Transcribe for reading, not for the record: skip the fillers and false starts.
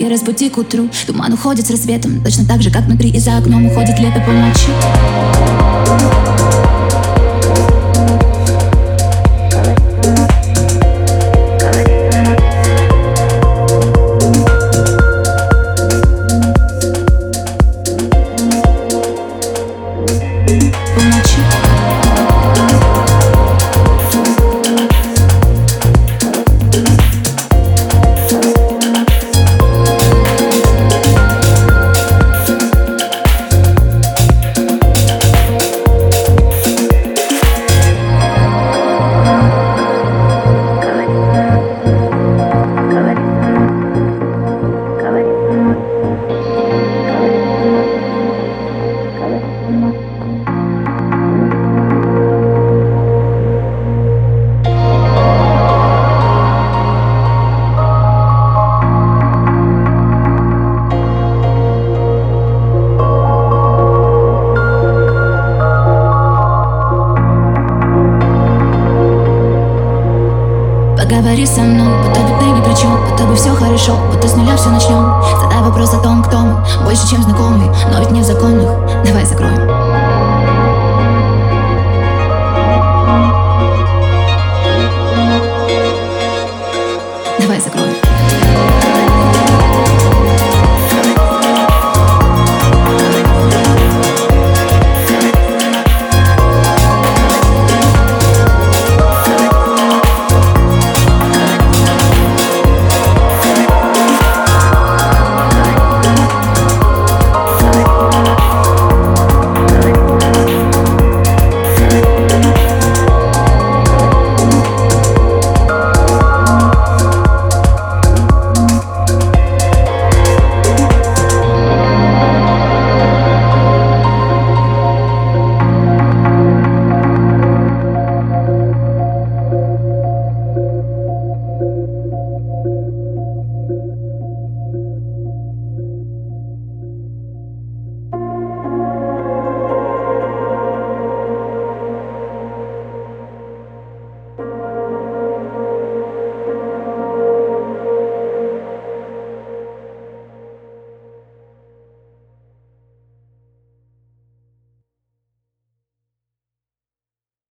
Теперь разбуди к утру. Туман уходит с рассветом, точно так же, как внутри и за окном уходит лето по ночи. Поговори со мной, будто бы ты ни при чем, будто бы все хорошо, будто с нуля все начнем. Задай вопрос о том, кто мы, больше чем знакомый, но ведь не в законных. Давай закроем.